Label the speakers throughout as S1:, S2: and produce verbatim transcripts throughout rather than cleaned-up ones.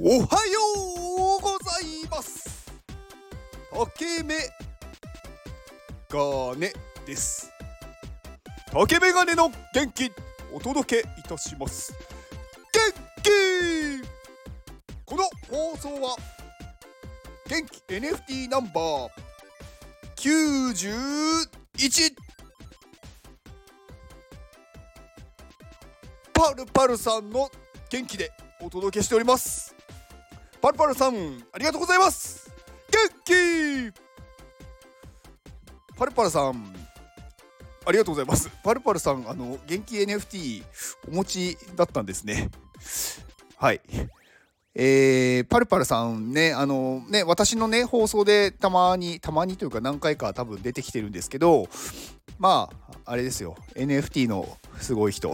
S1: おはようございます。竹メガネです。竹メガネの元気お届けいたします。元気。この放送は元気 エヌエフティー ナンバーきゅうじゅういちパルパルさんの元気でお届けしております。パルパルさんありがとうございます。元気。パルパルさんありがとうございます。パルパルさんあの元気 エヌエフティー お持ちだったんですね。はい、えー、パルパルさんねあのね私のね放送でたまにたまにというか何回か多分出てきてるんですけど、まああれですよ エヌエフティー のすごい人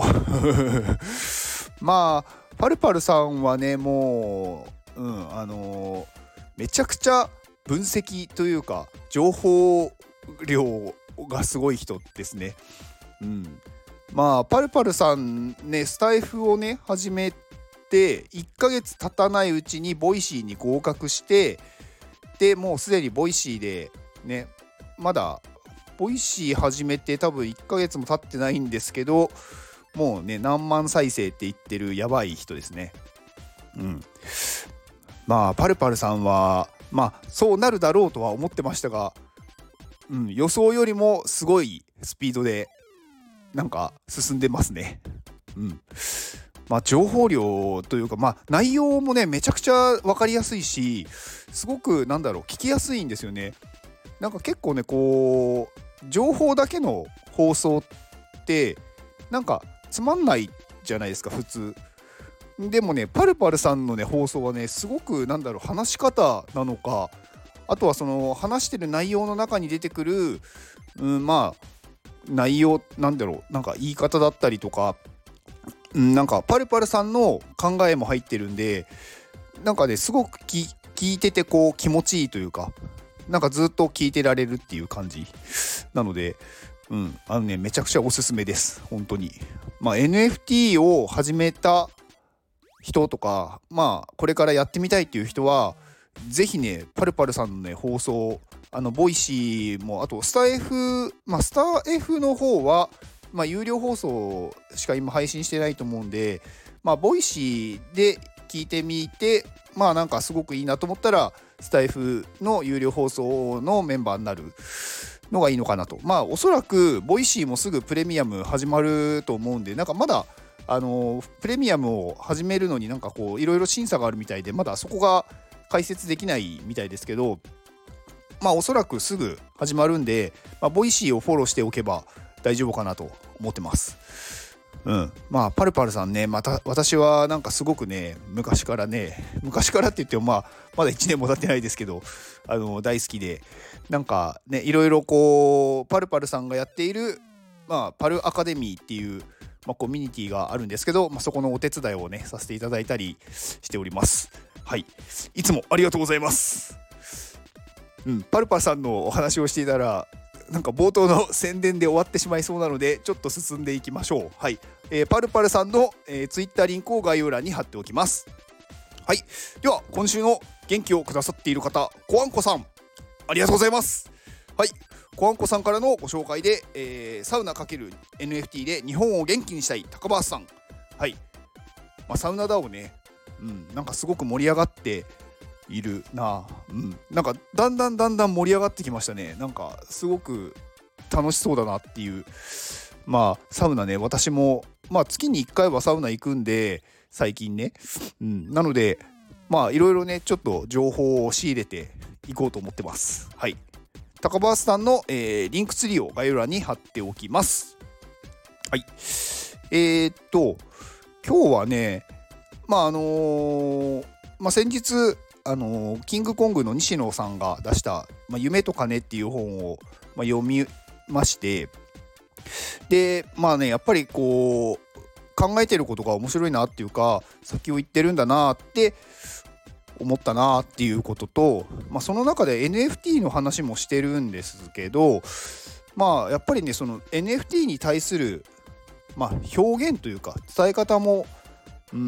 S1: まあパルパルさんはねもう、うん、あのー、めちゃくちゃ分析というか情報量がすごい人ですね。うん、まあパルパルさんねスタイフをね始めていっかげつ経たないうちにボイシーに合格して、でもうすでにボイシーでねまだボイシー始めて多分いっかげつも経ってないんですけど、もうね何万再生って言ってるやばい人ですね。うん、まあパルパルさんはまあそうなるだろうとは思ってましたが、うん、予想よりもすごいスピードでなんか進んでますね。うん、まあ情報量というかまあ内容もねめちゃくちゃ分かりやすいし、すごくなんだろう聞きやすいんですよね。なんか結構ねこう情報だけの放送ってなんかつまんないじゃないですか普通。でもねパルパルさんのね放送はねすごくなんだろう話し方なのか、あとはその話してる内容の中に出てくる、うん、まあ内容なんだろうなんか言い方だったりとか、うん、なんかパルパルさんの考えも入ってるんで、なんかねすごくき聞いててこう気持ちいいというか、なんかずっと聞いてられるっていう感じなので、うん、あのねめちゃくちゃおすすめです本当に。まあ エヌエフティー を始めた人とか、まあこれからやってみたいっていう人はぜひねパルパルさんのね放送、あのボイシーもあとスタイフ、まあスタイフの方はまあ有料放送しか今配信してないと思うんで、まあボイシーで聞いてみて、まあなんかすごくいいなと思ったらスタイフの有料放送のメンバーになるのがいいのかなと。まあおそらくボイシーもすぐプレミアム始まると思うんで、なんかまだあのプレミアムを始めるのになんかこういろいろ審査があるみたいで、まだそこが解説できないみたいですけど、まあおそらくすぐ始まるんで、まあ、ボイシーをフォローしておけば大丈夫かなと思ってます。うん、まあパルパルさんね、また私はなんかすごくね昔からね昔からって言ってもまあまだいちねんも経ってないですけど、あの大好きで、なんかねいろいろこうパルパルさんがやっている、まあ、パルアカデミーっていう、まあ、コミュニティがあるんですけど、まあ、そこのお手伝いをねさせていただいたりしております。はい、いつもありがとうございます。うん、パルパルさんのお話をしていたらなんか冒頭の宣伝で終わってしまいそうなのでちょっと進んでいきましょう。はい、えー、パルパルさんの、えー、ツイッターリンクを概要欄に貼っておきます。はい、では今週の元気をくださっている方、コアンコさんありがとうございます。はい、コアンコさんからのご紹介で、えー、サウナ×エヌエフティー で日本を元気にしたい高橋さん。はい、まあ、サウナダオね、うん、なんかすごく盛り上がっているな、うん、なんかだんだんだんだん盛り上がってきましたね。なんかすごく楽しそうだなっていう。まあサウナね私もまあ月にいっかいはサウナ行くんで最近ね、うん、なのでまあいろいろねちょっと情報を仕入れていこうと思ってます。はい、高橋さんの、えー、リンクツリーを概要欄に貼っておきます。はい、えー、っと今日はねまああのー、まあ先日あのキングコングの西野さんが出した「まあ、夢と金」っていう本を、まあ、読みまして、でまあねやっぱりこう考えてることが面白いなっていうか先を言ってるんだなって思ったなっていうことと、まあ、その中で エヌエフティー の話もしてるんですけど、まあやっぱりねその エヌエフティー に対する、まあ、表現というか伝え方も、うん、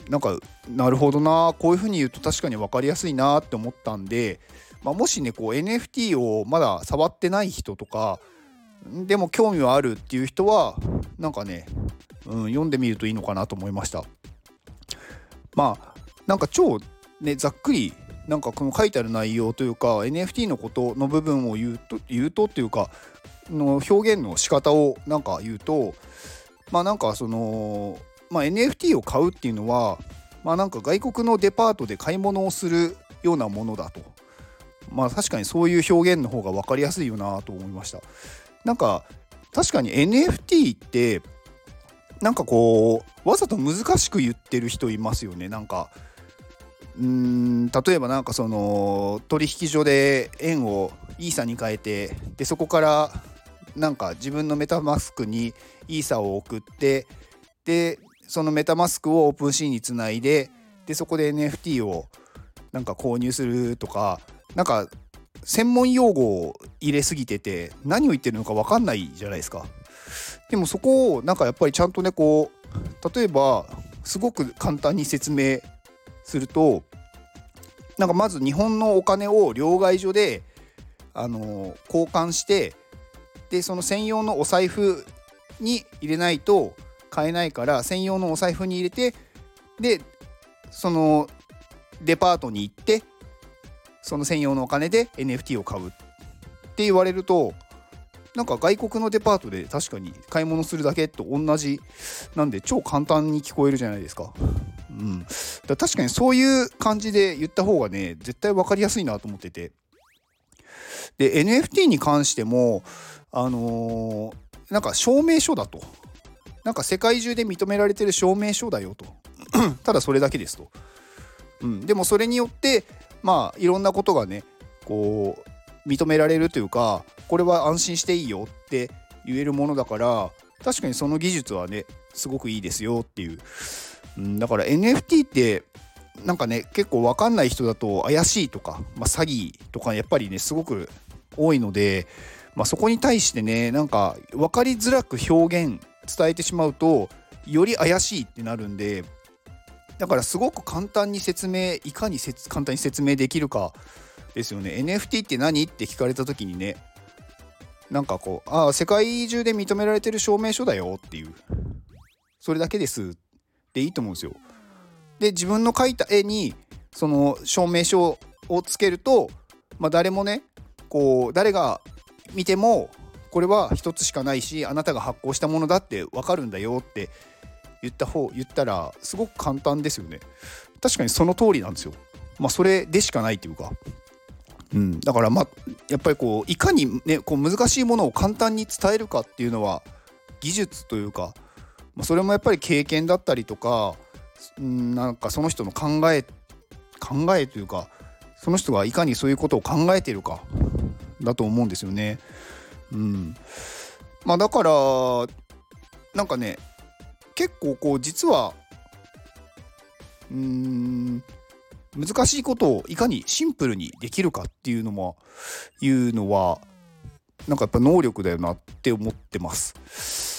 S1: なんかなるほどな、こういう風に言うと確かに分かりやすいなって思ったんで、まあ、もしねこう エヌエフティー をまだ触ってない人とかでも興味はあるっていう人はなんかね、うん、読んでみるといいのかなと思いました。まあなんか超ねざっくりなんかこの書いてある内容というか エヌエフティー のことの部分を言うと言うとっていうかの表現の仕方をなんか言うと、まあなんかそのまあ エヌエフティー を買うっていうのはまあなんか外国のデパートで買い物をするようなものだと。まあ確かにそういう表現の方が分かりやすいよなと思いました。なんか確かに エヌエフティー ってなんかこうわざと難しく言ってる人いますよね。なんかうーん例えばなんかその取引所で円をイーサに変えてでそこからなんか自分のメタマスクにイーサを送ってでそのメタマスクをオープンシーにつないででそこで エヌエフティー をなんか購入するとかなんか専門用語を入れすぎてて何を言ってるのか分かんないじゃないですか。でもそこをなんかやっぱりちゃんとねこう例えばすごく簡単に説明するとなんかまず日本のお金を両替所であの交換してでその専用のお財布に入れないと買えないから専用のお財布に入れてでそのデパートに行ってその専用のお金で エヌエフティー を買うって言われるとなんか外国のデパートで確かに買い物するだけと同じなんで超簡単に聞こえるじゃないですか。うん、だ確かにそういう感じで言った方がね絶対分かりやすいなと思っててで エヌエフティー に関してもあのー、なんか証明書だとなんか世界中で認められてる証明書だよとただそれだけですと、うん、でもそれによってまあいろんなことがねこう認められるというかこれは安心していいよって言えるものだから確かにその技術はねすごくいいですよっていう、うん、だから エヌエフティー ってなんかね結構分かんない人だと怪しいとか、まあ、詐欺とかやっぱりねすごく多いので、まあ、そこに対してねなんか分かりづらく表現伝えてしまうとより怪しいってなるんでだからすごく簡単に説明いかに簡単に説明できるかですよね。 エヌエフティー って何って聞かれた時にねなんかこうああ世界中で認められてる証明書だよっていうそれだけですでいいと思うんですよ。で自分の描いた絵にその証明書をつけると、まあ、誰もねこう誰が見てもこれは一つしかないしあなたが発行したものだって分かるんだよって言った方言ったらすごく簡単ですよね。確かにその通りなんですよ。まあそれでしかないっていうか、うん、だからまあやっぱりこういかにねこう難しいものを簡単に伝えるかっていうのは技術というか、まあ、それもやっぱり経験だったりとか、うん、なんかその人の考え考えというかその人がいかにそういうことを考えているかだと思うんですよね。うん、まあだからなんかね結構こう実はうーん難しいことをいかにシンプルにできるかっていうのもいうのはなんかやっぱ能力だよなって思ってます。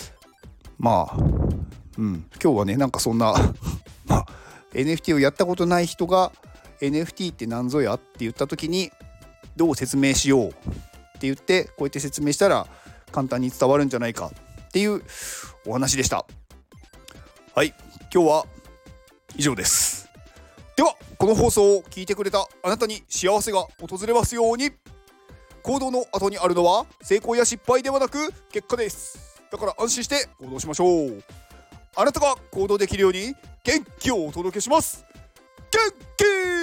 S1: まあ、うん、今日はねなんかそんなまあ エヌエフティー をやったことない人が エヌエフティー って何ぞやって言った時にどう説明しようって言ってこうやって説明したら簡単に伝わるんじゃないかっていうお話でした。はい、今日は以上です。ではこの放送を聞いてくれたあなたに幸せが訪れますように。行動の後にあるのは成功や失敗ではなく結果です。だから安心して行動しましょう。あなたが行動できるように元気をお届けします。元気